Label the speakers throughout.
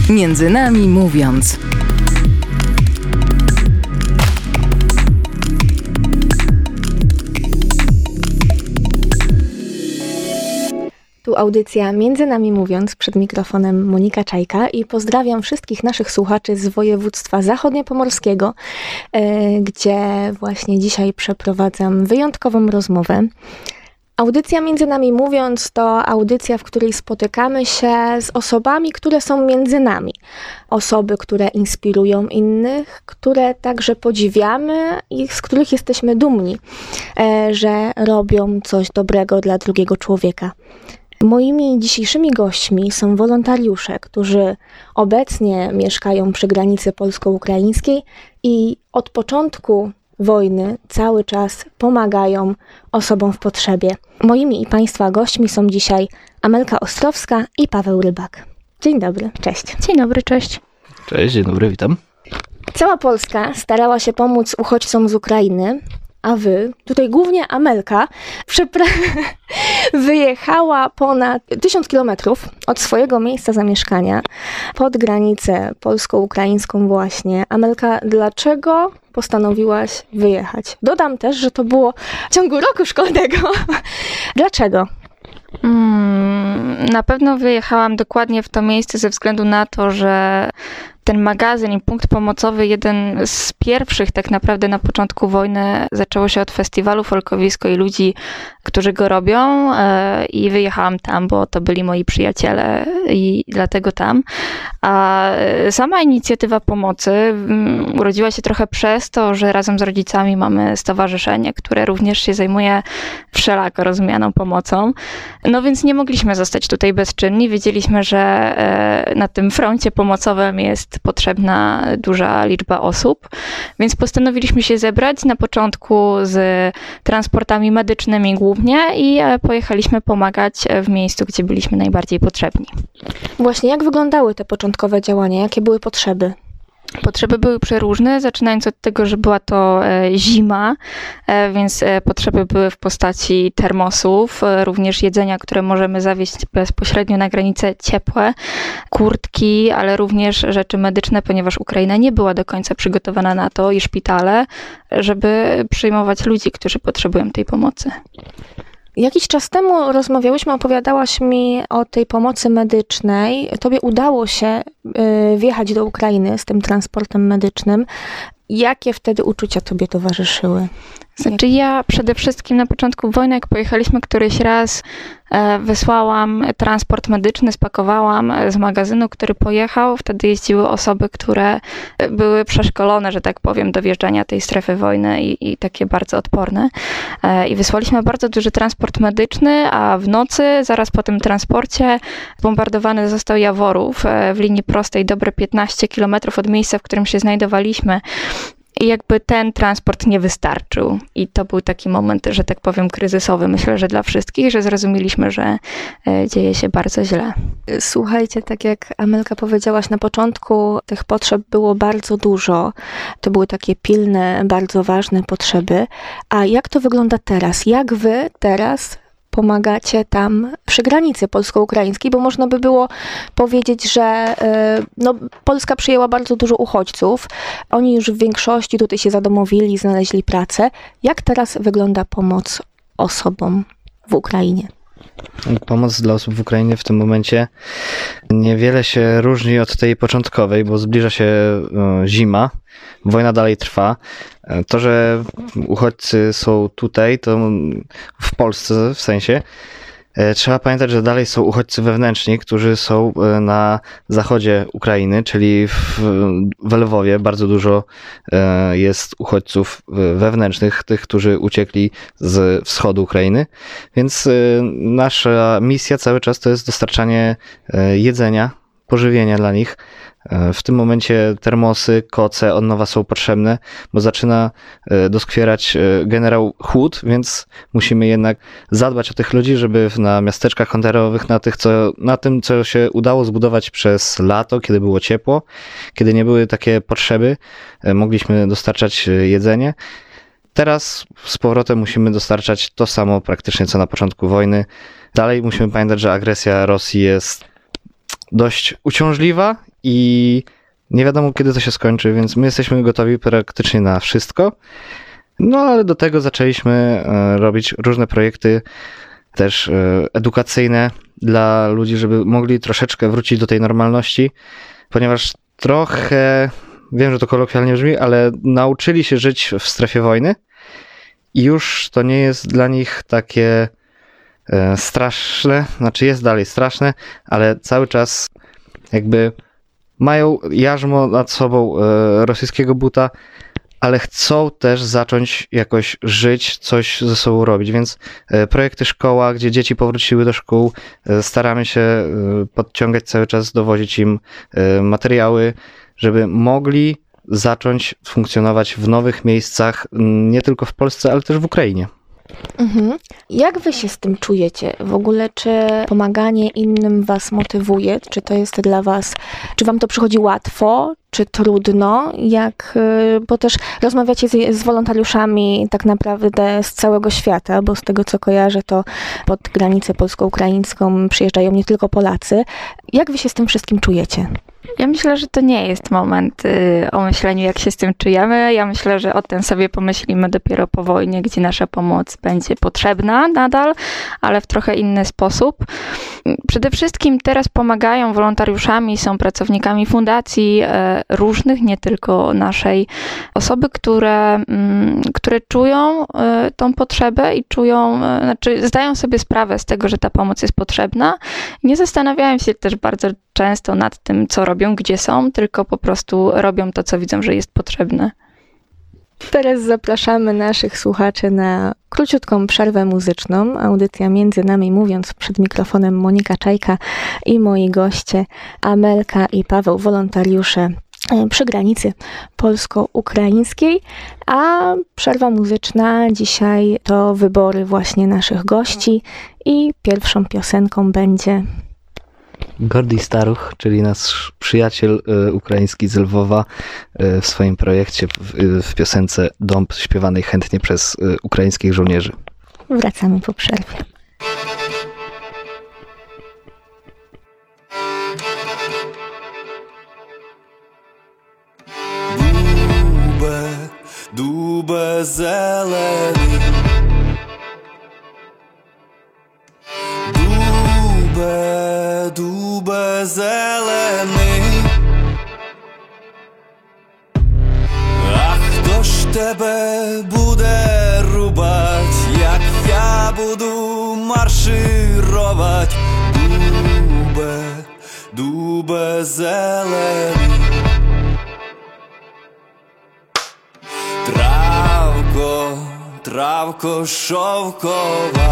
Speaker 1: Między nami mówiąc.
Speaker 2: Tu audycja Między nami mówiąc, przed mikrofonem Monika Czajka i pozdrawiam wszystkich naszych słuchaczy z województwa zachodniopomorskiego, gdzie właśnie dzisiaj przeprowadzam wyjątkową rozmowę. Audycja Między nami mówiąc to audycja, w której spotykamy się z osobami, które są między nami. Osoby, które inspirują innych, które także podziwiamy i z których jesteśmy dumni, że robią coś dobrego dla drugiego człowieka. Moimi dzisiejszymi gośćmi są wolontariusze, którzy obecnie mieszkają przy granicy polsko-ukraińskiej i od początku wojny cały czas pomagają osobom w potrzebie. Moimi i Państwa gośćmi są dzisiaj Amelka Ostrowska i Paweł Rybak. Dzień dobry, cześć.
Speaker 3: Dzień dobry, cześć.
Speaker 4: Cześć, dzień dobry, witam.
Speaker 2: Cała Polska starała się pomóc uchodźcom z Ukrainy, a wy, tutaj głównie Amelka, wyjechała ponad 1000 kilometrów od swojego miejsca zamieszkania pod granicę polsko-ukraińską właśnie. Amelka, dlaczego postanowiłaś wyjechać? Dodam też, że to było w ciągu roku szkolnego. Dlaczego?
Speaker 3: Na pewno wyjechałam dokładnie w to miejsce ze względu na to, że ten magazyn i punkt pomocowy, jeden z pierwszych tak naprawdę na początku wojny, zaczęło się od festiwalu Folkowisko i ludzi, którzy go robią, i wyjechałam tam, bo to byli moi przyjaciele i dlatego tam. A sama inicjatywa pomocy urodziła się trochę przez to, że razem z rodzicami mamy stowarzyszenie, które również się zajmuje wszelako rozumianą pomocą. No więc nie mogliśmy zostać tutaj bezczynni. Wiedzieliśmy, że na tym froncie pomocowym jest potrzebna duża liczba osób, więc postanowiliśmy się zebrać na początku z transportami medycznymi głównie i pojechaliśmy pomagać w miejscu, gdzie byliśmy najbardziej potrzebni.
Speaker 2: Właśnie, jak wyglądały te początkowe działania? Jakie były potrzeby?
Speaker 3: Potrzeby były przeróżne, zaczynając od tego, że była to zima, więc potrzeby były w postaci termosów, również jedzenia, które możemy zawieźć bezpośrednio na granicę, ciepłe, kurtki, ale również rzeczy medyczne, ponieważ Ukraina nie była do końca przygotowana na to i szpitale, żeby przyjmować ludzi, którzy potrzebują tej pomocy.
Speaker 2: Jakiś czas temu rozmawiałyśmy, opowiadałaś mi o tej pomocy medycznej. Tobie udało się wjechać do Ukrainy z tym transportem medycznym. Jakie wtedy uczucia tobie towarzyszyły?
Speaker 3: Znaczy ja przede wszystkim na początku wojny, jak pojechaliśmy któryś raz, wysłałam transport medyczny, spakowałam z magazynu, który pojechał. Wtedy jeździły osoby, które były przeszkolone, że tak powiem, do wjeżdżania tej strefy wojny i takie bardzo odporne. I wysłaliśmy bardzo duży transport medyczny, a w nocy, zaraz po tym transporcie, bombardowany został Jaworów w linii prostej dobre 15 km od miejsca, w którym się znajdowaliśmy. I jakby ten transport nie wystarczył. I to był taki moment, że tak powiem, kryzysowy. Myślę, że dla wszystkich, że zrozumieliśmy, że dzieje się bardzo źle.
Speaker 2: Słuchajcie, tak jak Amelka powiedziałaś na początku, tych potrzeb było bardzo dużo. To były takie pilne, bardzo ważne potrzeby. A jak to wygląda teraz? Jak wy teraz pomagacie tam przy granicy polsko-ukraińskiej, bo można by było powiedzieć, że Polska przyjęła bardzo dużo uchodźców. Oni już w większości tutaj się zadomowili, znaleźli pracę. Jak teraz wygląda pomoc osobom w Ukrainie?
Speaker 4: Pomoc dla osób w Ukrainie w tym momencie niewiele się różni od tej początkowej, bo zbliża się zima, wojna dalej trwa. To, że uchodźcy są tutaj, to w Polsce w sensie, trzeba pamiętać, że dalej są uchodźcy wewnętrzni, którzy są na zachodzie Ukrainy, czyli w Lwowie bardzo dużo jest uchodźców wewnętrznych, tych, którzy uciekli z wschodu Ukrainy. Więc nasza misja cały czas to jest dostarczanie jedzenia, pożywienia dla nich. W tym momencie termosy, koce od nowa są potrzebne, bo zaczyna doskwierać generał chłód, więc musimy jednak zadbać o tych ludzi, żeby na miasteczkach kontenerowych, na tym, co się udało zbudować przez lato, kiedy było ciepło, kiedy nie były takie potrzeby, mogliśmy dostarczać jedzenie. Teraz z powrotem musimy dostarczać to samo praktycznie co na początku wojny. Dalej musimy pamiętać, że agresja Rosji jest dość uciążliwa i nie wiadomo, kiedy to się skończy, więc my jesteśmy gotowi praktycznie na wszystko. No ale do tego zaczęliśmy robić różne projekty też edukacyjne dla ludzi, żeby mogli troszeczkę wrócić do tej normalności, ponieważ trochę, wiem, że to kolokwialnie brzmi, ale nauczyli się żyć w strefie wojny i już to nie jest dla nich takie straszne, znaczy jest dalej straszne, ale cały czas jakby mają jarzmo nad sobą rosyjskiego buta, ale chcą też zacząć jakoś żyć, coś ze sobą robić, więc projekty szkoła, gdzie dzieci powróciły do szkół, staramy się podciągać cały czas, dowozić im materiały, żeby mogli zacząć funkcjonować w nowych miejscach, nie tylko w Polsce, ale też w Ukrainie.
Speaker 2: Mhm. Jak wy się z tym czujecie? W ogóle czy pomaganie innym was motywuje? Czy to jest dla was, czy wam to przychodzi łatwo, czy trudno? Bo też rozmawiacie z wolontariuszami tak naprawdę z całego świata, bo z tego co kojarzę, to pod granicę polsko-ukraińską przyjeżdżają nie tylko Polacy. Jak wy się z tym wszystkim czujecie?
Speaker 3: Ja myślę, że to nie jest moment o myśleniu, jak się z tym czujemy. Ja myślę, że o tym sobie pomyślimy dopiero po wojnie, gdzie nasza pomoc będzie potrzebna nadal, ale w trochę inny sposób. Przede wszystkim teraz pomagają wolontariuszami, są pracownikami fundacji różnych, nie tylko naszej, osoby, które czują tą potrzebę i zdają sobie sprawę z tego, że ta pomoc jest potrzebna. Nie zastanawiają się też bardzo często nad tym, co robią, gdzie są, tylko po prostu robią to, co widzą, że jest potrzebne.
Speaker 2: Teraz zapraszamy naszych słuchaczy na króciutką przerwę muzyczną. Audycja Między Nami Mówiąc, przed mikrofonem Monika Czajka i moi goście Amelka i Paweł, wolontariusze przy granicy polsko-ukraińskiej, a przerwa muzyczna dzisiaj to wybory właśnie naszych gości i pierwszą piosenką będzie
Speaker 4: Gordy Staruch, czyli nasz przyjaciel ukraiński z Lwowa, w swoim projekcie w piosence Dąb, śpiewanej chętnie przez ukraińskich żołnierzy.
Speaker 2: Wracamy po przerwie.
Speaker 5: Dube zelený, dube zelený. A хто ж тебе буде рубать, як я буду маршировать? Dube zelený. Trawko szowkowa,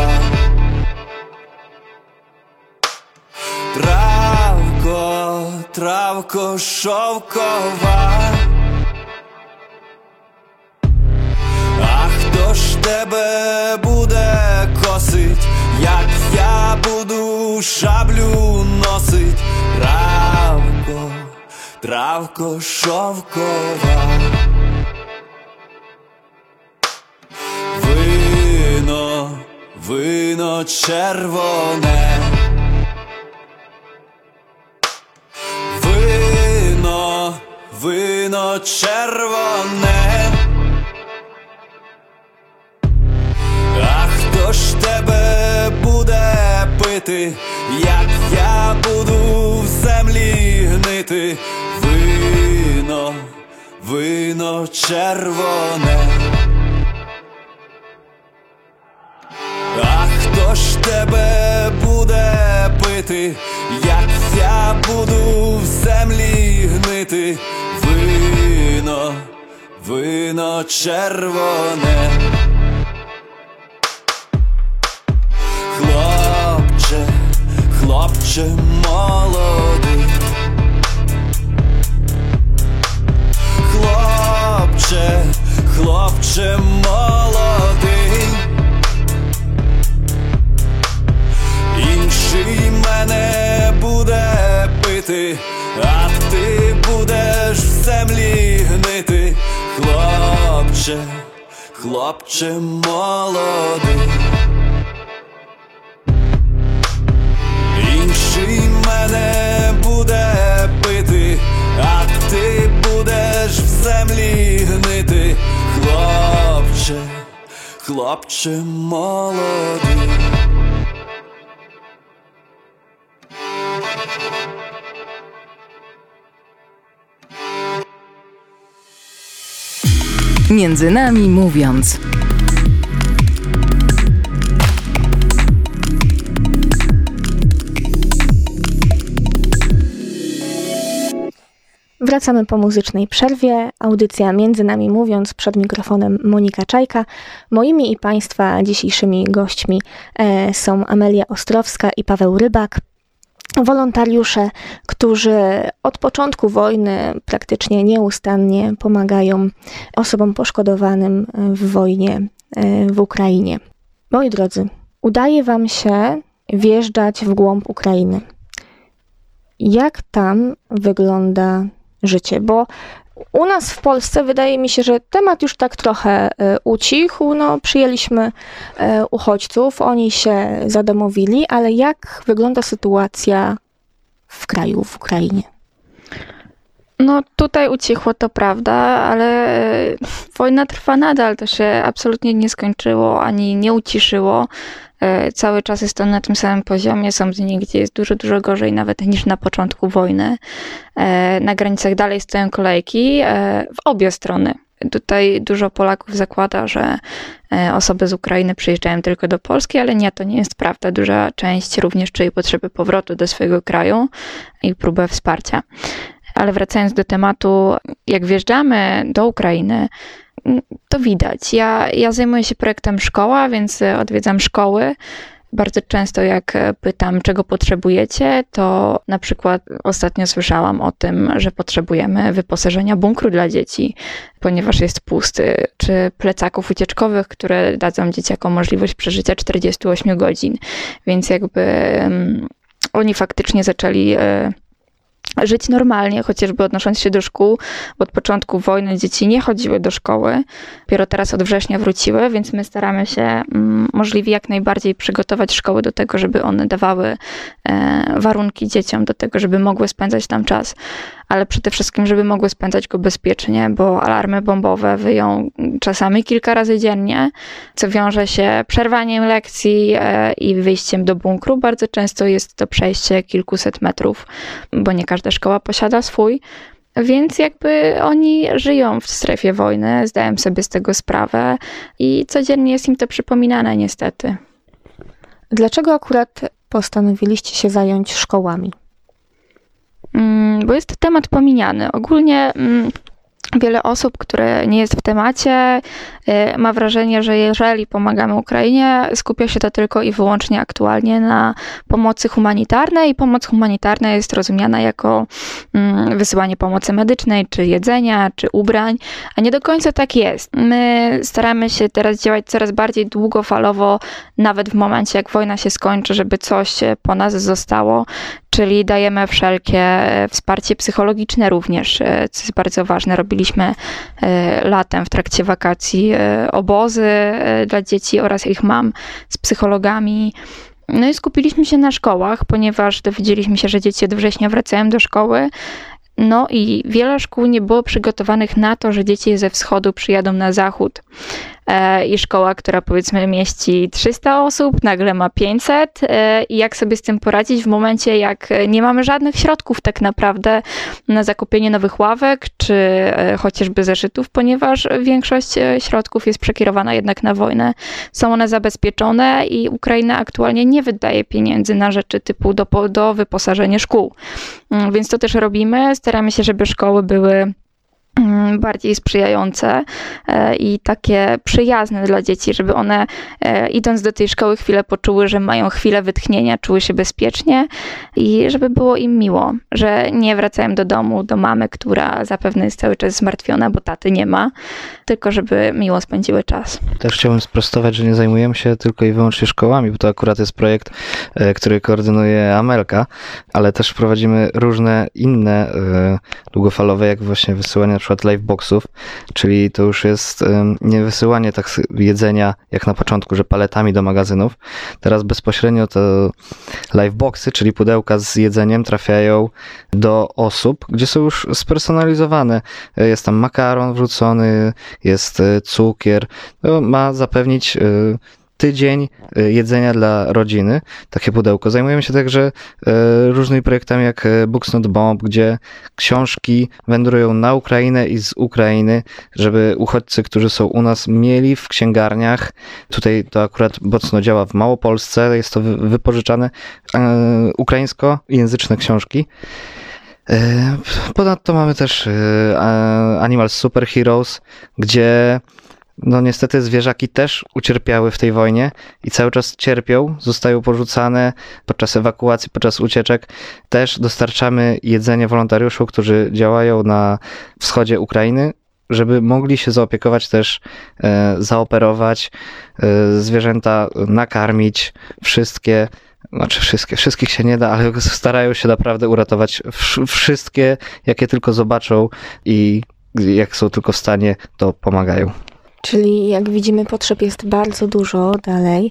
Speaker 5: trawko szowkowa. A хто ж тебе буде косить, як я буду шаблю носить? Trawko szowkowa. Wino czerwone, wino czerwone. A хто ж тебе буде пити, як я буду в землі гнити? Вино червоне. А хто ж тебе буде пити, як я буду в землі гнити? Вино червоне. Хлопче молодий, хлопче молодий. Інший мене буде пити, а ти будеш в землі гнити. Хлопче молодий. Інший мене буде пити, хлопче молодий.
Speaker 1: Między nami mówiąc.
Speaker 2: Wracamy po muzycznej przerwie. Audycja Między nami mówiąc, przed mikrofonem Monika Czajka. Moimi i Państwa dzisiejszymi gośćmi są Amelia Ostrowska i Paweł Rybak. Wolontariusze, którzy od początku wojny praktycznie nieustannie pomagają osobom poszkodowanym w wojnie w Ukrainie. Moi drodzy, udaje Wam się wjeżdżać w głąb Ukrainy. Jak tam wygląda życie? Bo u nas w Polsce wydaje mi się, że temat już tak trochę ucichł. No, przyjęliśmy uchodźców, oni się zadomowili, ale jak wygląda sytuacja w kraju, w Ukrainie?
Speaker 3: No tutaj ucichło, to prawda, ale wojna trwa nadal, to się absolutnie nie skończyło, ani nie uciszyło. Cały czas jest to na tym samym poziomie, są dni, gdzie jest dużo, dużo gorzej nawet niż na początku wojny. Na granicach dalej stoją kolejki w obie strony. Tutaj dużo Polaków zakłada, że osoby z Ukrainy przyjeżdżają tylko do Polski, ale nie, to nie jest prawda. Duża część również czuje potrzeby powrotu do swojego kraju i próbę wsparcia. Ale wracając do tematu, jak wjeżdżamy do Ukrainy, to widać. Ja zajmuję się projektem Szkoła, więc odwiedzam szkoły. Bardzo często jak pytam, czego potrzebujecie, to na przykład ostatnio słyszałam o tym, że potrzebujemy wyposażenia bunkru dla dzieci, ponieważ jest pusty, czy plecaków ucieczkowych, które dadzą dzieciakom możliwość przeżycia 48 godzin. Więc jakby oni faktycznie zaczęli żyć normalnie, chociażby odnosząc się do szkół, bo od początku wojny dzieci nie chodziły do szkoły, dopiero teraz od września wróciły, więc my staramy się możliwie jak najbardziej przygotować szkoły do tego, żeby one dawały warunki dzieciom do tego, żeby mogły spędzać tam czas, ale przede wszystkim, żeby mogły spędzać go bezpiecznie, bo alarmy bombowe wyją czasami kilka razy dziennie, co wiąże się przerwaniem lekcji i wyjściem do bunkru. Bardzo często jest to przejście kilkuset metrów, bo nie każda szkoła posiada swój, więc jakby oni żyją w strefie wojny, zdają sobie z tego sprawę i codziennie jest im to przypominane niestety.
Speaker 2: Dlaczego akurat postanowiliście się zająć szkołami?
Speaker 3: Bo jest to temat pomijany. Ogólnie wiele osób, które nie jest w temacie, ma wrażenie, że jeżeli pomagamy Ukrainie, skupia się to tylko i wyłącznie aktualnie na pomocy humanitarnej i pomoc humanitarna jest rozumiana jako wysyłanie pomocy medycznej, czy jedzenia, czy ubrań, a nie do końca tak jest. My staramy się teraz działać coraz bardziej długofalowo, nawet w momencie, jak wojna się skończy, żeby coś po nas zostało, czyli dajemy wszelkie wsparcie psychologiczne również, co jest bardzo ważne. Robiliśmy latem w trakcie wakacji obozy dla dzieci oraz ich mam z psychologami. No i skupiliśmy się na szkołach, ponieważ dowiedzieliśmy się, że dzieci od września wracają do szkoły. No i wiele szkół nie było przygotowanych na to, że dzieci ze wschodu przyjadą na zachód. I szkoła, która powiedzmy mieści 300 osób, nagle ma 500 i jak sobie z tym poradzić w momencie, jak nie mamy żadnych środków tak naprawdę na zakupienie nowych ławek, czy chociażby zeszytów, ponieważ większość środków jest przekierowana jednak na wojnę. Są one zabezpieczone i Ukraina aktualnie nie wydaje pieniędzy na rzeczy typu do wyposażenia szkół. Więc to też robimy. Staramy się, żeby szkoły były bardziej sprzyjające i takie przyjazne dla dzieci, żeby one idąc do tej szkoły chwilę poczuły, że mają chwilę wytchnienia, czuły się bezpiecznie i żeby było im miło, że nie wracają do domu, do mamy, która zapewne jest cały czas zmartwiona, bo taty nie ma, tylko żeby miło spędziły czas.
Speaker 4: Też chciałbym sprostować, że nie zajmujemy się tylko i wyłącznie szkołami, bo to akurat jest projekt, który koordynuje Amelka, ale też prowadzimy różne inne długofalowe, jak właśnie wysyłanie na przykład liveboxów, czyli to już jest nie wysyłanie tak jedzenia jak na początku, że paletami do magazynów. Teraz bezpośrednio te liveboxy, czyli pudełka z jedzeniem trafiają do osób, gdzie są już spersonalizowane. Jest tam makaron wrzucony, jest cukier. To ma zapewnić tydzień jedzenia dla rodziny, takie pudełko. Zajmujemy się także różnymi projektami jak Books Not Bomb, gdzie książki wędrują na Ukrainę i z Ukrainy, żeby uchodźcy, którzy są u nas, mieli w księgarniach. Tutaj to akurat mocno działa w Małopolsce, jest to wypożyczane ukraińskojęzyczne książki. Ponadto mamy też Animal Super Heroes, gdzie no niestety zwierzaki też ucierpiały w tej wojnie i cały czas cierpią, zostają porzucane podczas ewakuacji, podczas ucieczek. Też dostarczamy jedzenie wolontariuszom, którzy działają na wschodzie Ukrainy, żeby mogli się zaopiekować też, zaoperować, zwierzęta nakarmić, wszystkich się nie da, ale starają się naprawdę uratować wszystkie, jakie tylko zobaczą i jak są tylko w stanie, to pomagają.
Speaker 2: Czyli jak widzimy, potrzeb jest bardzo dużo dalej.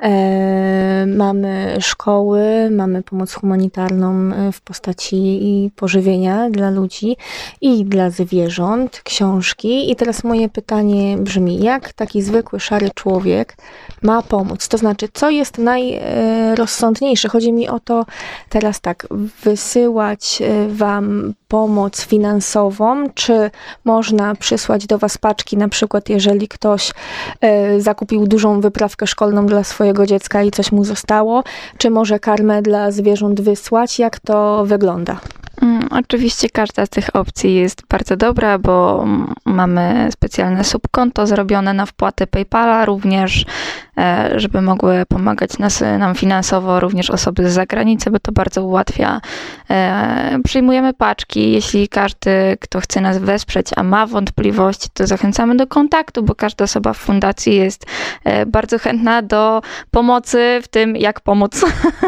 Speaker 2: Mamy szkoły, mamy pomoc humanitarną w postaci pożywienia dla ludzi i dla zwierząt, książki. I teraz moje pytanie brzmi, jak taki zwykły, szary człowiek ma pomóc? To znaczy, co jest najrozsądniejsze? Chodzi mi o to teraz tak, wysyłać wam pomoc finansową, czy można przysłać do was paczki, na przykład jeżeli ktoś zakupił dużą wyprawkę szkolną dla swojego dziecka i coś mu zostało, czy może karmę dla zwierząt wysłać? Jak to wygląda?
Speaker 3: Oczywiście każda z tych opcji jest bardzo dobra, bo mamy specjalne subkonto zrobione na wpłaty PayPala również, żeby mogły pomagać nam finansowo również osoby z zagranicy, bo to bardzo ułatwia. Przyjmujemy paczki, jeśli każdy, kto chce nas wesprzeć, a ma wątpliwości, to zachęcamy do kontaktu, bo każda osoba w fundacji jest bardzo chętna do pomocy w tym, jak pomóc.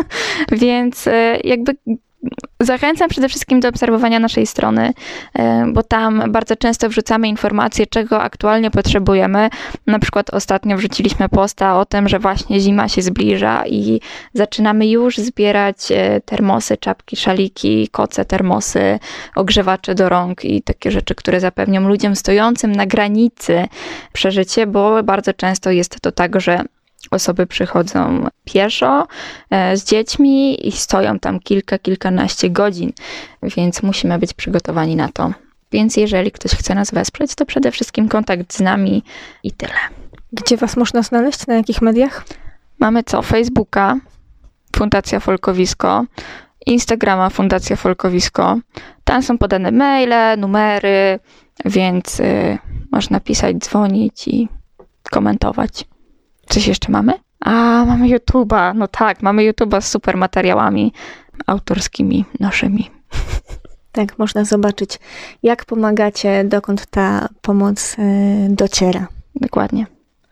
Speaker 3: Więc jakby zachęcam przede wszystkim do obserwowania naszej strony, bo tam bardzo często wrzucamy informacje, czego aktualnie potrzebujemy. Na przykład ostatnio wrzuciliśmy posta o tym, że właśnie zima się zbliża i zaczynamy już zbierać termosy, czapki, szaliki, koce, termosy, ogrzewacze do rąk i takie rzeczy, które zapewnią ludziom stojącym na granicy przeżycie, bo bardzo często jest to tak, że osoby przychodzą pieszo z dziećmi i stoją tam kilkanaście godzin, więc musimy być przygotowani na to. Więc jeżeli ktoś chce nas wesprzeć, to przede wszystkim kontakt z nami i tyle.
Speaker 2: Gdzie was można znaleźć? Na jakich mediach?
Speaker 3: Mamy Facebooka, Fundacja Folkowisko, Instagrama Fundacja Folkowisko. Tam są podane maile, numery, więc można pisać, dzwonić i komentować. Coś jeszcze mamy? Mamy YouTube'a. No tak, mamy YouTube'a z super materiałami autorskimi naszymi.
Speaker 2: Tak, można zobaczyć, jak pomagacie, dokąd ta pomoc dociera.
Speaker 3: Dokładnie.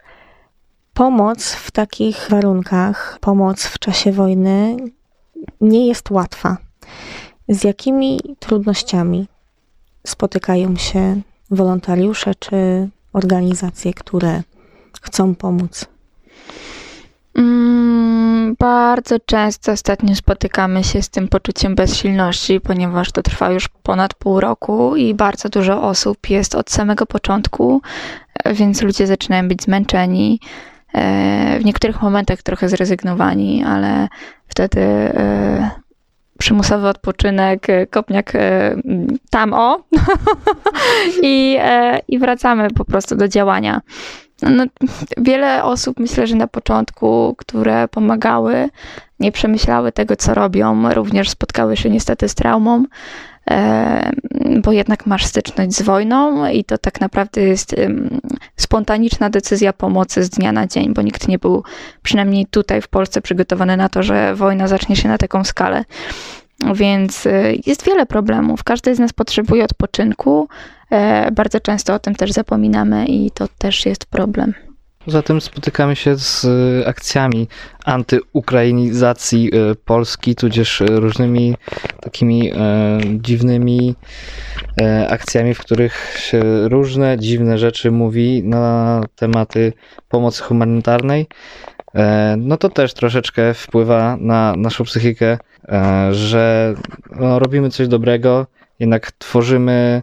Speaker 2: Pomoc w takich warunkach, pomoc w czasie wojny nie jest łatwa. Z jakimi trudnościami spotykają się wolontariusze czy organizacje, które chcą pomóc?
Speaker 3: Bardzo często ostatnio spotykamy się z tym poczuciem bezsilności, ponieważ to trwa już ponad pół roku i bardzo dużo osób jest od samego początku, więc ludzie zaczynają być zmęczeni, w niektórych momentach trochę zrezygnowani, ale wtedy przymusowy odpoczynek, kopniak i wracamy po prostu do działania. No, wiele osób, myślę, że na początku, które pomagały, nie przemyślały tego, co robią, również spotkały się niestety z traumą, bo jednak masz styczność z wojną i to tak naprawdę jest spontaniczna decyzja pomocy z dnia na dzień, bo nikt nie był, przynajmniej tutaj w Polsce, przygotowany na to, że wojna zacznie się na taką skalę. Więc jest wiele problemów. Każdy z nas potrzebuje odpoczynku. Bardzo często o tym też zapominamy i to też jest problem.
Speaker 4: Poza tym spotykamy się z akcjami antyukrainizacji Polski, tudzież różnymi takimi dziwnymi akcjami, w których się różne dziwne rzeczy mówi na tematy pomocy humanitarnej, no to też troszeczkę wpływa na naszą psychikę, że robimy coś dobrego, jednak tworzymy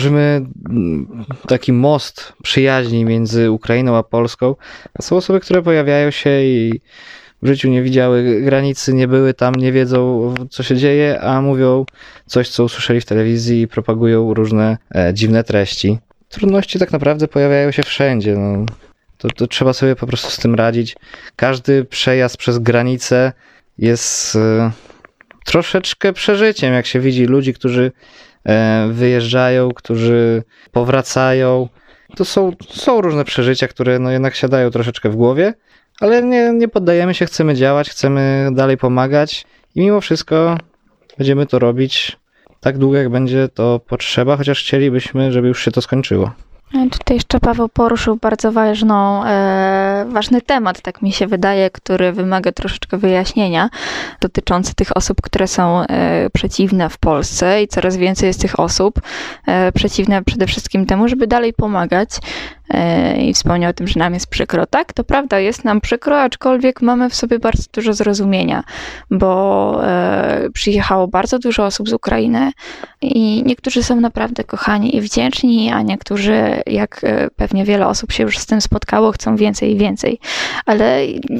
Speaker 4: taki most przyjaźni między Ukrainą a Polską. A są osoby, które pojawiają się i w życiu nie widziały granicy, nie były tam, nie wiedzą, co się dzieje, a mówią coś, co usłyszeli w telewizji i propagują różne dziwne treści. Trudności tak naprawdę pojawiają się wszędzie. No. To trzeba sobie po prostu z tym radzić. Każdy przejazd przez granicę jest troszeczkę przeżyciem, jak się widzi ludzi, którzy wyjeżdżają, którzy powracają. To są różne przeżycia, które no jednak siadają troszeczkę w głowie, ale nie poddajemy się, chcemy działać, chcemy dalej pomagać i mimo wszystko będziemy to robić tak długo, jak będzie to potrzeba, chociaż chcielibyśmy, żeby już się to skończyło.
Speaker 3: Tutaj jeszcze Paweł poruszył bardzo ważny temat, tak mi się wydaje, który wymaga troszeczkę wyjaśnienia, dotyczący tych osób, które są przeciwne w Polsce i coraz więcej jest tych osób przeciwne przede wszystkim temu, żeby dalej pomagać. I wspomniał o tym, że nam jest przykro. Tak, to prawda, jest nam przykro, aczkolwiek mamy w sobie bardzo dużo zrozumienia, bo przyjechało bardzo dużo osób z Ukrainy i niektórzy są naprawdę kochani i wdzięczni, a niektórzy, jak pewnie wiele osób się już z tym spotkało, chcą więcej i więcej. Ale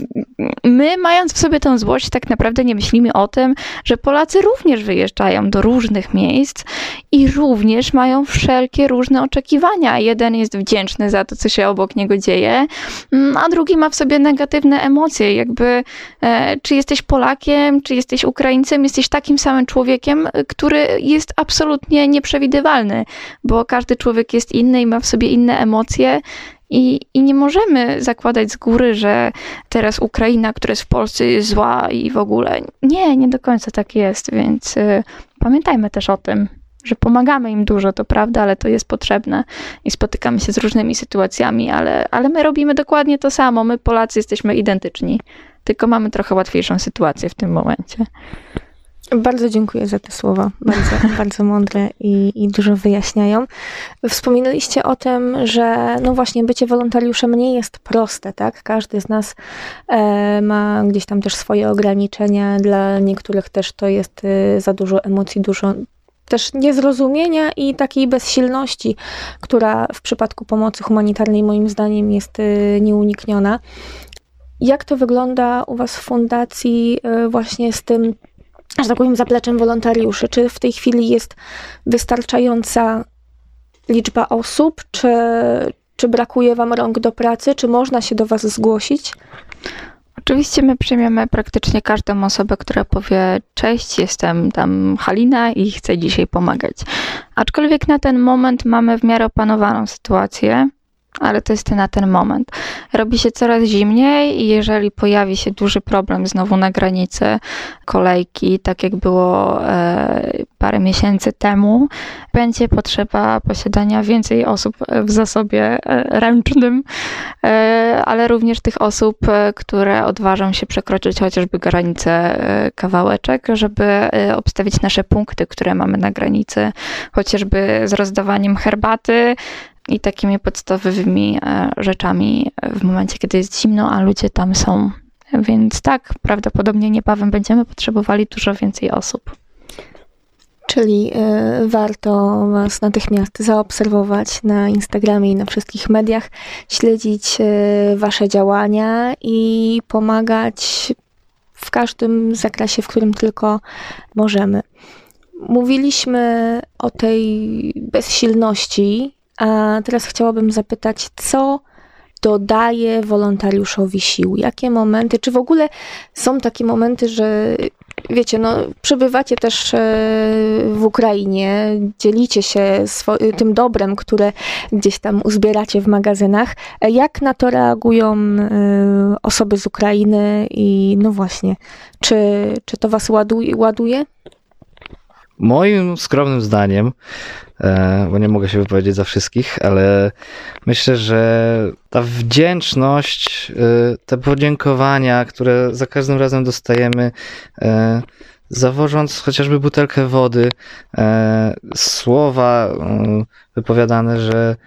Speaker 3: my, mając w sobie tę złość, tak naprawdę nie myślimy o tym, że Polacy również wyjeżdżają do różnych miejsc i również mają wszelkie różne oczekiwania. Jeden jest wdzięczny za to, co się obok niego dzieje, a drugi ma w sobie negatywne emocje. Jakby, czy jesteś Polakiem, czy jesteś Ukraińcem, jesteś takim samym człowiekiem, który jest absolutnie nieprzewidywalny, bo każdy człowiek jest inny i ma w sobie inne emocje. I nie możemy zakładać z góry, że teraz Ukraina, która jest w Polsce, jest zła i w ogóle. Nie do końca tak jest, więc pamiętajmy też o tym, że pomagamy im dużo, to prawda, ale to jest potrzebne i spotykamy się z różnymi sytuacjami, ale my robimy dokładnie to samo. My Polacy jesteśmy identyczni, tylko mamy trochę łatwiejszą sytuację w tym momencie.
Speaker 2: Bardzo dziękuję za te słowa, bardzo mądre i dużo wyjaśniają. Wspominaliście o tym, że no właśnie bycie wolontariuszem nie jest proste, tak? Każdy z nas ma gdzieś tam też swoje ograniczenia, dla niektórych też to jest za dużo emocji, dużo też niezrozumienia i takiej bezsilności, która w przypadku pomocy humanitarnej moim zdaniem jest nieunikniona. Jak to wygląda u was w fundacji właśnie z tym, że tak powiem, zapleczem wolontariuszy? Czy w tej chwili jest wystarczająca liczba osób? Czy brakuje wam rąk do pracy? Czy można się do was zgłosić?
Speaker 3: Oczywiście my przyjmiemy praktycznie każdą osobę, która powie: cześć, jestem tam Halina i chcę dzisiaj pomagać. Aczkolwiek na ten moment mamy w miarę opanowaną sytuację, ale to jest na ten moment. Robi się coraz zimniej i jeżeli pojawi się duży problem znowu na granicy, kolejki, tak jak było parę miesięcy temu, będzie potrzeba posiadania więcej osób w zasobie ręcznym, ale również tych osób, które odważą się przekroczyć chociażby granicę kawałeczek, żeby obstawić nasze punkty, które mamy na granicy, chociażby z rozdawaniem herbaty i takimi podstawowymi rzeczami w momencie, kiedy jest zimno, a ludzie tam są. Więc tak, prawdopodobnie niebawem będziemy potrzebowali dużo więcej osób.
Speaker 2: Czyli warto was natychmiast zaobserwować na Instagramie i na wszystkich mediach, śledzić wasze działania i pomagać w każdym zakresie, w którym tylko możemy. Mówiliśmy o tej bezsilności, a teraz chciałabym zapytać, co dodaje wolontariuszowi sił? Jakie momenty, czy w ogóle są takie momenty, że wiecie, no przebywacie też w Ukrainie, dzielicie się tym dobrem, które gdzieś tam uzbieracie w magazynach. Jak na to reagują osoby z Ukrainy i no właśnie, czy to was ładuje?
Speaker 4: Moim skromnym zdaniem, bo nie mogę się wypowiedzieć za wszystkich, ale myślę, że ta wdzięczność, te podziękowania, które za każdym razem dostajemy, zawożąc chociażby butelkę wody, słowa wypowiadane, że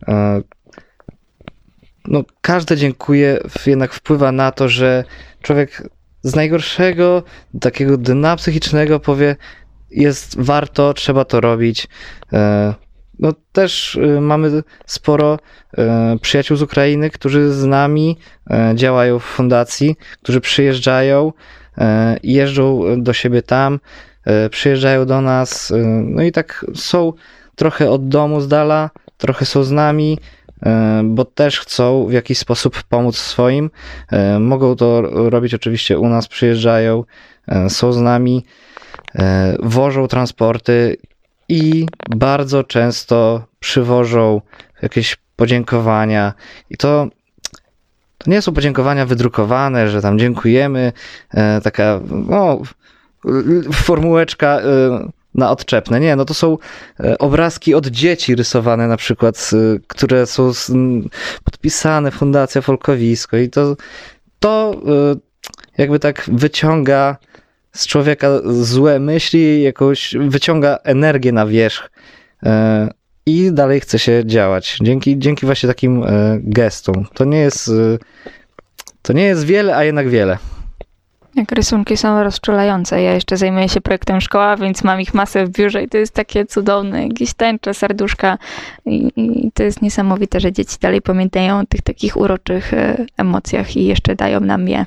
Speaker 4: no, każde dziękuję jednak wpływa na to, że człowiek z najgorszego, takiego dna psychicznego powie, jest warto, trzeba to robić. No też mamy sporo przyjaciół z Ukrainy, którzy z nami działają w fundacji, którzy przyjeżdżają, jeżdżą do siebie tam, przyjeżdżają do nas, no i tak są trochę od domu z dala, trochę są z nami, bo też chcą w jakiś sposób pomóc swoim. Mogą to robić oczywiście u nas, przyjeżdżają, są z nami, wożą transporty i bardzo często przywożą jakieś podziękowania. I to nie są podziękowania wydrukowane, że tam dziękujemy, taka formułeczka na odczepne. Nie, no to są obrazki od dzieci rysowane na przykład, które są podpisane Fundacja Folkowisko i to jakby tak wyciąga z człowieka złe myśli, wyciąga energię na wierzch i dalej chce się działać. Dzięki właśnie takim gestom. To nie jest wiele, a jednak wiele.
Speaker 3: Jak rysunki są rozczulające. Ja jeszcze zajmuję się projektem szkoła, więc mam ich masę w biurze i to jest takie cudowne. Jakieś tęcze, serduszka i to jest niesamowite, że dzieci dalej pamiętają o tych takich uroczych emocjach i jeszcze dają nam je.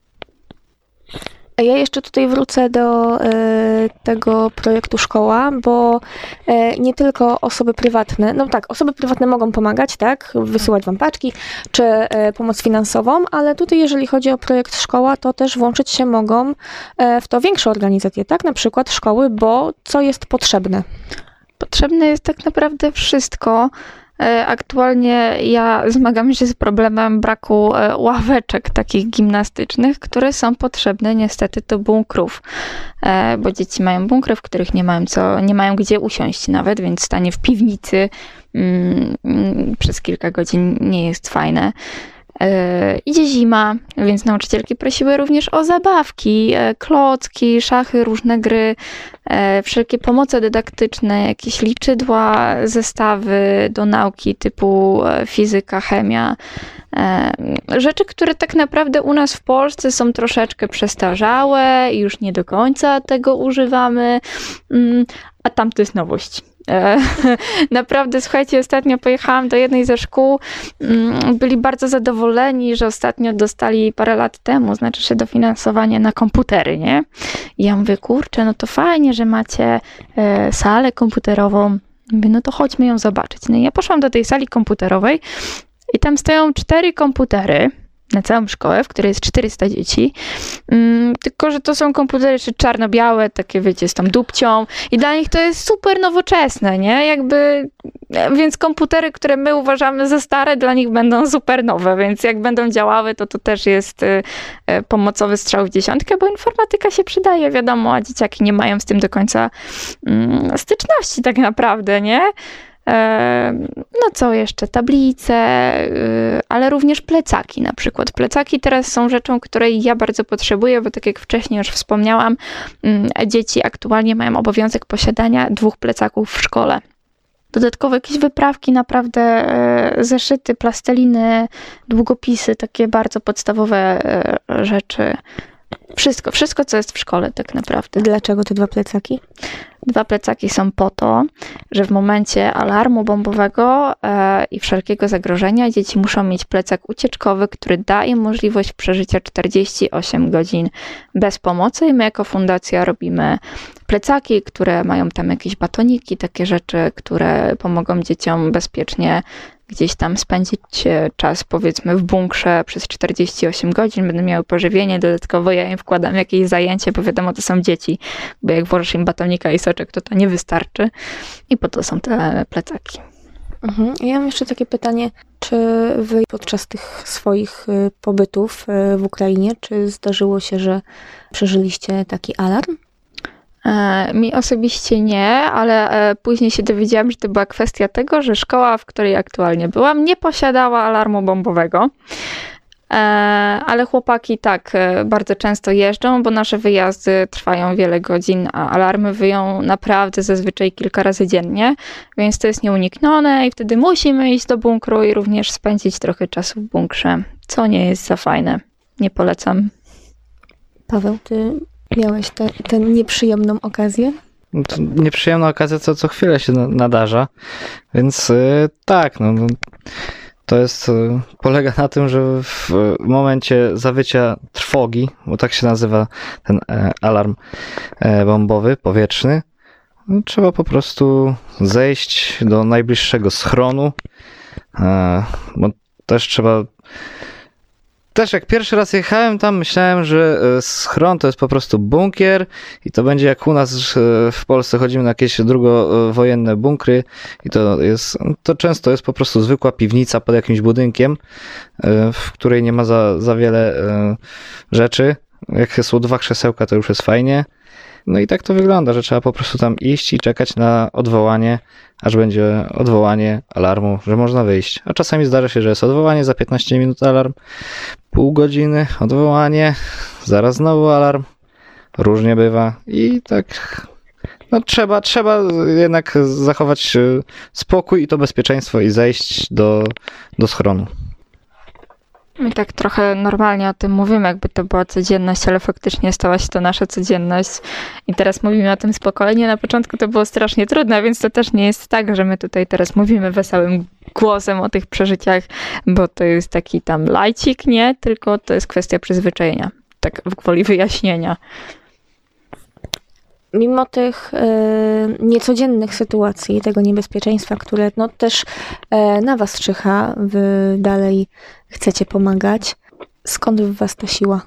Speaker 2: Ja jeszcze tutaj wrócę do tego projektu szkoła, bo nie tylko osoby prywatne, no tak, osoby prywatne mogą pomagać, tak, wysyłać wam paczki, czy pomoc finansową, ale tutaj jeżeli chodzi o projekt szkoła, to też włączyć się mogą w to większe organizacje, tak, na przykład szkoły, bo co jest potrzebne?
Speaker 3: Potrzebne jest tak naprawdę wszystko. Aktualnie ja zmagam się z problemem braku ławeczek takich gimnastycznych, które są potrzebne niestety do bunkrów, bo dzieci mają bunkry, w których nie mają gdzie usiąść nawet, więc stanie w piwnicy przez kilka godzin nie jest fajne. Idzie zima, więc nauczycielki prosiły również o zabawki, klocki, szachy, różne gry, wszelkie pomoce dydaktyczne, jakieś liczydła, zestawy do nauki typu fizyka, chemia. Rzeczy, które tak naprawdę u nas w Polsce są troszeczkę przestarzałe i już nie do końca tego używamy, a tam to jest nowość. Naprawdę, słuchajcie, ostatnio pojechałam do jednej ze szkół, byli bardzo zadowoleni, że ostatnio dostali parę lat temu, znaczy dofinansowanie na komputery, nie? I ja mówię, kurczę, no to fajnie, że macie salę komputerową. Mówię, no to chodźmy ją zobaczyć. No i ja poszłam do tej sali komputerowej i tam stoją 4 komputery na całą szkołę, w której jest 400 dzieci, tylko że to są komputery jeszcze czarno-białe, takie wiecie, z tą dupcią i dla nich to jest super nowoczesne, nie? Więc komputery, które my uważamy za stare, dla nich będą super nowe, więc jak będą działały, to też jest pomocowy strzał w dziesiątkę, bo informatyka się przydaje, wiadomo, a dzieciaki nie mają z tym do końca styczności tak naprawdę, nie? No co jeszcze? Tablice, ale również plecaki na przykład. Plecaki teraz są rzeczą, której ja bardzo potrzebuję, bo tak jak wcześniej już wspomniałam, dzieci aktualnie mają obowiązek posiadania 2 plecaków w szkole. Dodatkowo jakieś wyprawki, naprawdę zeszyty, plasteliny, długopisy, takie bardzo podstawowe rzeczy. Wszystko, co jest w szkole tak naprawdę.
Speaker 2: Dlaczego te 2 plecaki?
Speaker 3: 2 plecaki są po to, że w momencie alarmu bombowego i wszelkiego zagrożenia dzieci muszą mieć plecak ucieczkowy, który da im możliwość przeżycia 48 godzin bez pomocy i my jako fundacja robimy plecaki, które mają tam jakieś batoniki, takie rzeczy, które pomogą dzieciom bezpiecznie gdzieś tam spędzić czas, powiedzmy, w bunkrze przez 48 godzin, będą miały pożywienie, dodatkowo ja im wkładam jakieś zajęcie, bo wiadomo, to są dzieci, bo jak włożysz im batonika i soczek, to nie wystarczy i po to są te plecaki.
Speaker 2: Ja mam jeszcze takie pytanie, czy wy podczas tych swoich pobytów w Ukrainie, czy zdarzyło się, że przeżyliście taki alarm?
Speaker 3: Mi osobiście nie, ale później się dowiedziałam, że to była kwestia tego, że szkoła, w której aktualnie byłam, nie posiadała alarmu bombowego. Ale chłopaki tak bardzo często jeżdżą, bo nasze wyjazdy trwają wiele godzin, a alarmy wyją naprawdę zazwyczaj kilka razy dziennie, więc to jest nieuniknione i wtedy musimy iść do bunkru i również spędzić trochę czasu w bunkrze, co nie jest za fajne. Nie polecam.
Speaker 2: Paweł, ty miałeś tę nieprzyjemną okazję?
Speaker 4: To nieprzyjemna okazja co chwilę się nadarza, więc tak, no to jest, polega na tym, że w momencie zawycia trwogi, bo tak się nazywa ten alarm bombowy, powietrzny, no, trzeba po prostu zejść do najbliższego schronu, bo też jak pierwszy raz jechałem tam, myślałem, że schron to jest po prostu bunkier i to będzie jak u nas w Polsce chodzimy na jakieś drugowojenne bunkry i to często jest po prostu zwykła piwnica pod jakimś budynkiem, w której nie ma za wiele rzeczy. Jak są 2 krzesełka, to już jest fajnie. No i tak to wygląda, że trzeba po prostu tam iść i czekać na odwołanie, aż będzie odwołanie alarmu, że można wyjść. A czasami zdarza się, że jest odwołanie, za 15 minut alarm, pół godziny odwołanie, zaraz znowu alarm. Różnie bywa i tak no trzeba jednak zachować spokój i to bezpieczeństwo i zejść do schronu.
Speaker 3: My tak trochę normalnie o tym mówimy, jakby to była codzienność, ale faktycznie stała się to nasza codzienność i teraz mówimy o tym spokojnie. Na początku to było strasznie trudne, więc to też nie jest tak, że my tutaj teraz mówimy wesołym głosem o tych przeżyciach, bo to jest taki tam lajcik, nie? Tylko to jest kwestia przyzwyczajenia, tak gwoli wyjaśnienia.
Speaker 2: Mimo tych niecodziennych sytuacji, tego niebezpieczeństwa, które no, też na was czyha, wy dalej chcecie pomagać. Skąd w was ta siła?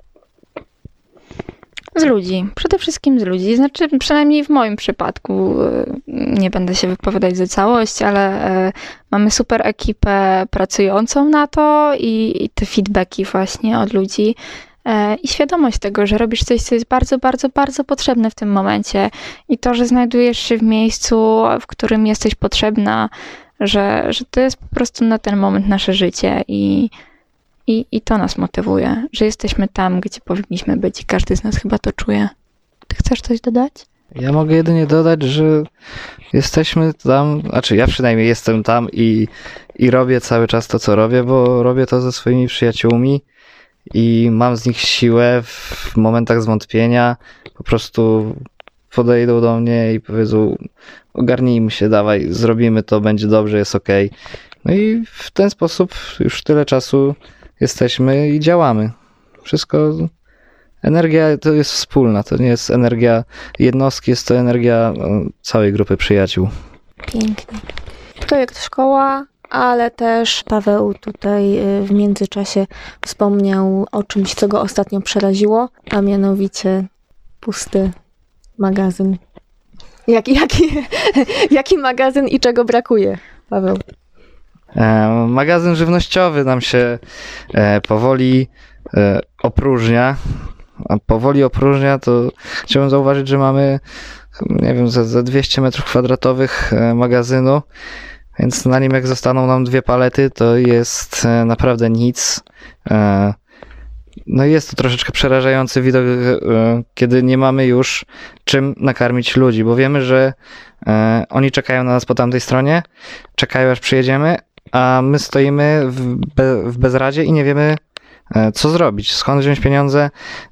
Speaker 3: Z ludzi. Przede wszystkim z ludzi. Znaczy, przynajmniej w moim przypadku, nie będę się wypowiadać za całość, ale mamy super ekipę pracującą na to i te feedbacki właśnie od ludzi. I świadomość tego, że robisz coś, co jest bardzo, bardzo, bardzo potrzebne w tym momencie i to, że znajdujesz się w miejscu, w którym jesteś potrzebna, że to jest po prostu na ten moment nasze życie i to nas motywuje, że jesteśmy tam, gdzie powinniśmy być i każdy z nas chyba to czuje. Ty chcesz coś dodać?
Speaker 4: Ja mogę jedynie dodać, że jesteśmy tam, znaczy ja przynajmniej jestem tam i robię cały czas to, co robię, bo robię to ze swoimi przyjaciółmi. I mam z nich siłę w momentach zwątpienia, po prostu podejdą do mnie i powiedzą ogarnijmy się, dawaj, zrobimy to, będzie dobrze, jest okej. No i w ten sposób już tyle czasu jesteśmy i działamy. Wszystko, energia to jest wspólna, to nie jest energia jednostki, jest to energia całej grupy przyjaciół.
Speaker 2: Pięknie. Projekt szkoła, ale też Paweł tutaj w międzyczasie wspomniał o czymś, co go ostatnio przeraziło, a mianowicie pusty magazyn. Jaki magazyn i czego brakuje, Paweł?
Speaker 4: Magazyn żywnościowy nam się powoli opróżnia. A powoli opróżnia, to chciałbym zauważyć, że mamy, nie wiem, ze 200 m2 magazynu. Więc na nim jak zostaną nam 2 palety, to jest naprawdę nic. No i jest to troszeczkę przerażający widok, kiedy nie mamy już czym nakarmić ludzi, bo wiemy, że oni czekają na nas po tamtej stronie, czekają aż przyjedziemy, a my stoimy w bezradzie i nie wiemy co zrobić, skąd wziąć pieniądze,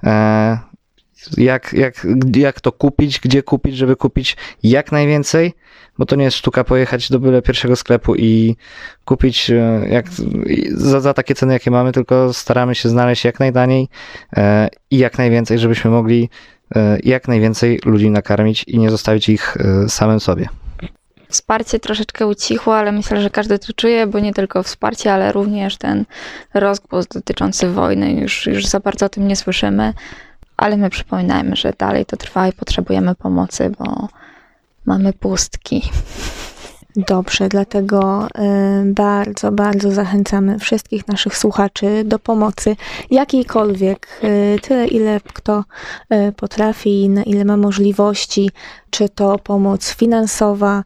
Speaker 4: jak to kupić, gdzie kupić, żeby kupić jak najwięcej, bo to nie jest sztuka pojechać do byle pierwszego sklepu i kupić za takie ceny, jakie mamy, tylko staramy się znaleźć jak najtaniej i jak najwięcej, żebyśmy mogli jak najwięcej ludzi nakarmić i nie zostawić ich samym sobie.
Speaker 3: Wsparcie troszeczkę ucichło, ale myślę, że każdy to czuje, bo nie tylko wsparcie, ale również ten rozgłos dotyczący wojny. Już za bardzo o tym nie słyszymy, ale my przypominajmy, że dalej to trwa i potrzebujemy pomocy, bo mamy pustki.
Speaker 2: Dobrze, dlatego bardzo, bardzo zachęcamy wszystkich naszych słuchaczy do pomocy jakiejkolwiek, tyle ile kto potrafi, na ile ma możliwości, czy to pomoc finansowa,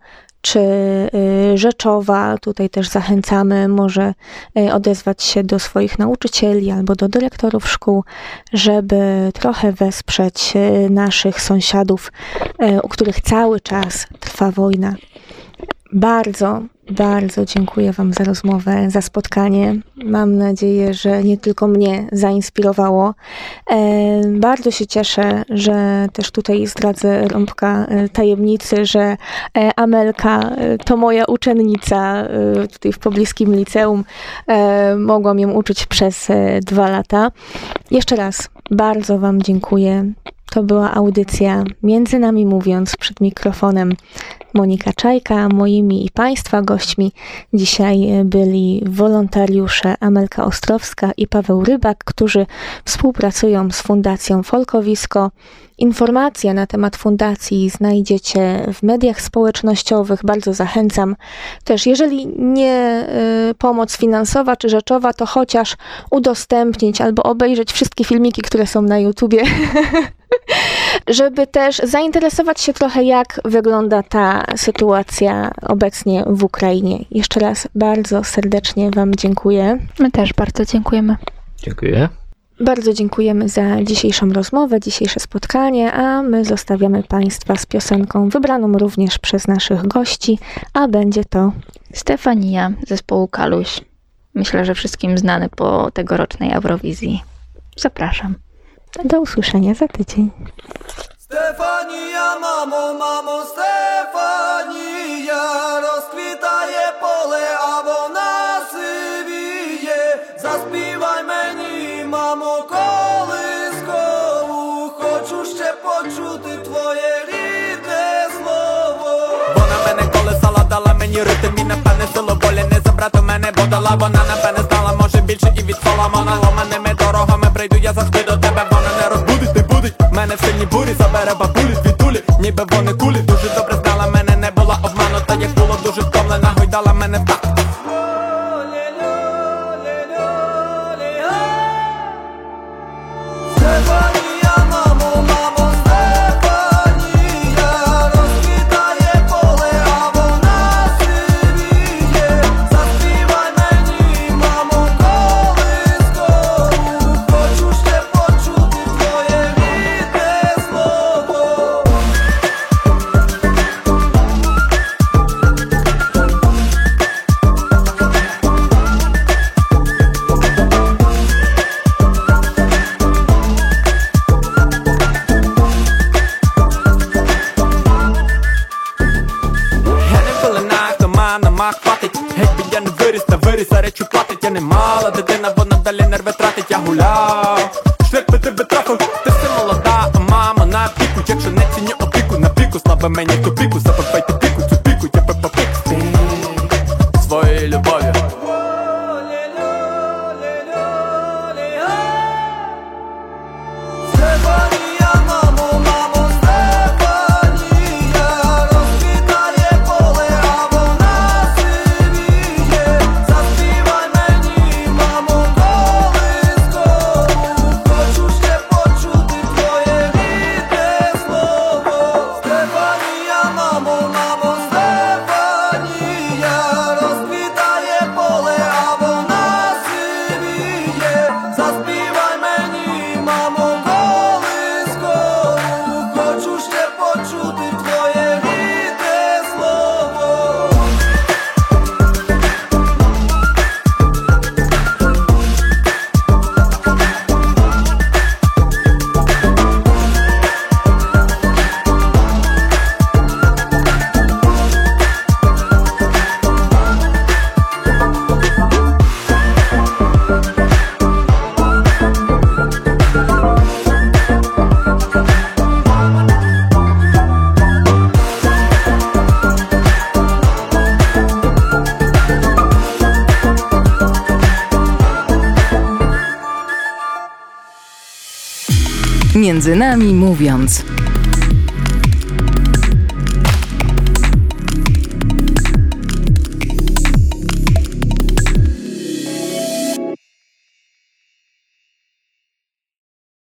Speaker 2: czy Rzeczowa. Tutaj też zachęcamy, może odezwać się do swoich nauczycieli albo do dyrektorów szkół, żeby trochę wesprzeć naszych sąsiadów, u których cały czas trwa wojna. Bardzo, bardzo dziękuję Wam za rozmowę, za spotkanie. Mam nadzieję, że nie tylko mnie zainspirowało. Bardzo się cieszę, że też tutaj zdradzę rąbka tajemnicy, że Amelka to moja uczennica tutaj w pobliskim liceum. Mogłam ją uczyć przez 2 lata. Jeszcze raz bardzo Wam dziękuję. To była audycja Między nami mówiąc, przed mikrofonem Monika Czajka. Moimi i Państwa gośćmi dzisiaj byli wolontariusze Amelka Ostrowska i Paweł Rybak, którzy współpracują z Fundacją Folkowisko. Informacje na temat fundacji znajdziecie w mediach społecznościowych. Bardzo zachęcam. Też jeżeli nie pomoc finansowa czy rzeczowa, to chociaż udostępnić albo obejrzeć wszystkie filmiki, które są na YouTubie, żeby też zainteresować się trochę, jak wygląda ta sytuacja obecnie w Ukrainie. Jeszcze raz bardzo serdecznie Wam dziękuję.
Speaker 3: My też bardzo dziękujemy.
Speaker 4: Dziękuję.
Speaker 2: Bardzo dziękujemy za dzisiejszą rozmowę, dzisiejsze spotkanie, a my zostawiamy Państwa z piosenką wybraną również przez naszych gości, a będzie to
Speaker 3: Stefania zespołu Kaluś. Myślę, że wszystkim znany po tegorocznej Eurowizji. Zapraszam.
Speaker 2: Do usłyszenia za tydzień.
Speaker 5: Stefania, mamo, Stefania, rozkwітає поле, а вона сивіє. Заспівай мені, мамо, колискову, хочу ще почути твоє рідне слово. Вона мене колесала, дала мені ритм і напевне силу волі не забрати мене, бо дала вона напевне знала, може більше і від Соломона. Ломаними дорогами прийду я завжди до тебе, вона не розбудить, не будить мене в сильній бурі, забере бабулі, звідулі, ніби вони кулі. Дуже добре знала мене, не була обманута, як було дуже втомлена, гойдала мене в так. Стефанія, мамо, Стефанія, розквітає поле, а вона сивіє. Заспівай мені, мамо, колискову, хочу ще почути твоє рідне слово. Я не пилина, хто на мах хватить. Якби я не виріс, та виріс, а речу платить. Я не мала дитина, вона далі нерви тратить. Я гуляв, шлях би тебе трафив. Ти все молода, а мама на піку. Якщо не ціню опіку, на піку, слава мені ту піку. Запивайте піку, цю піку, я пипа пік. Своєю любов'ю. Стефанія, мамо, Стефанія, розквітає поле, а вона сивіє. Заспівай мені, мамо, колискову, хочу ще почути твоє рідне слово. Стефанія, мамо, Стефанія, розквітає поле, а вона сивіє. Заспівай мені, мамо, колискову, хочу ще почути твоє рідне слово.
Speaker 1: Między nami mówiąc.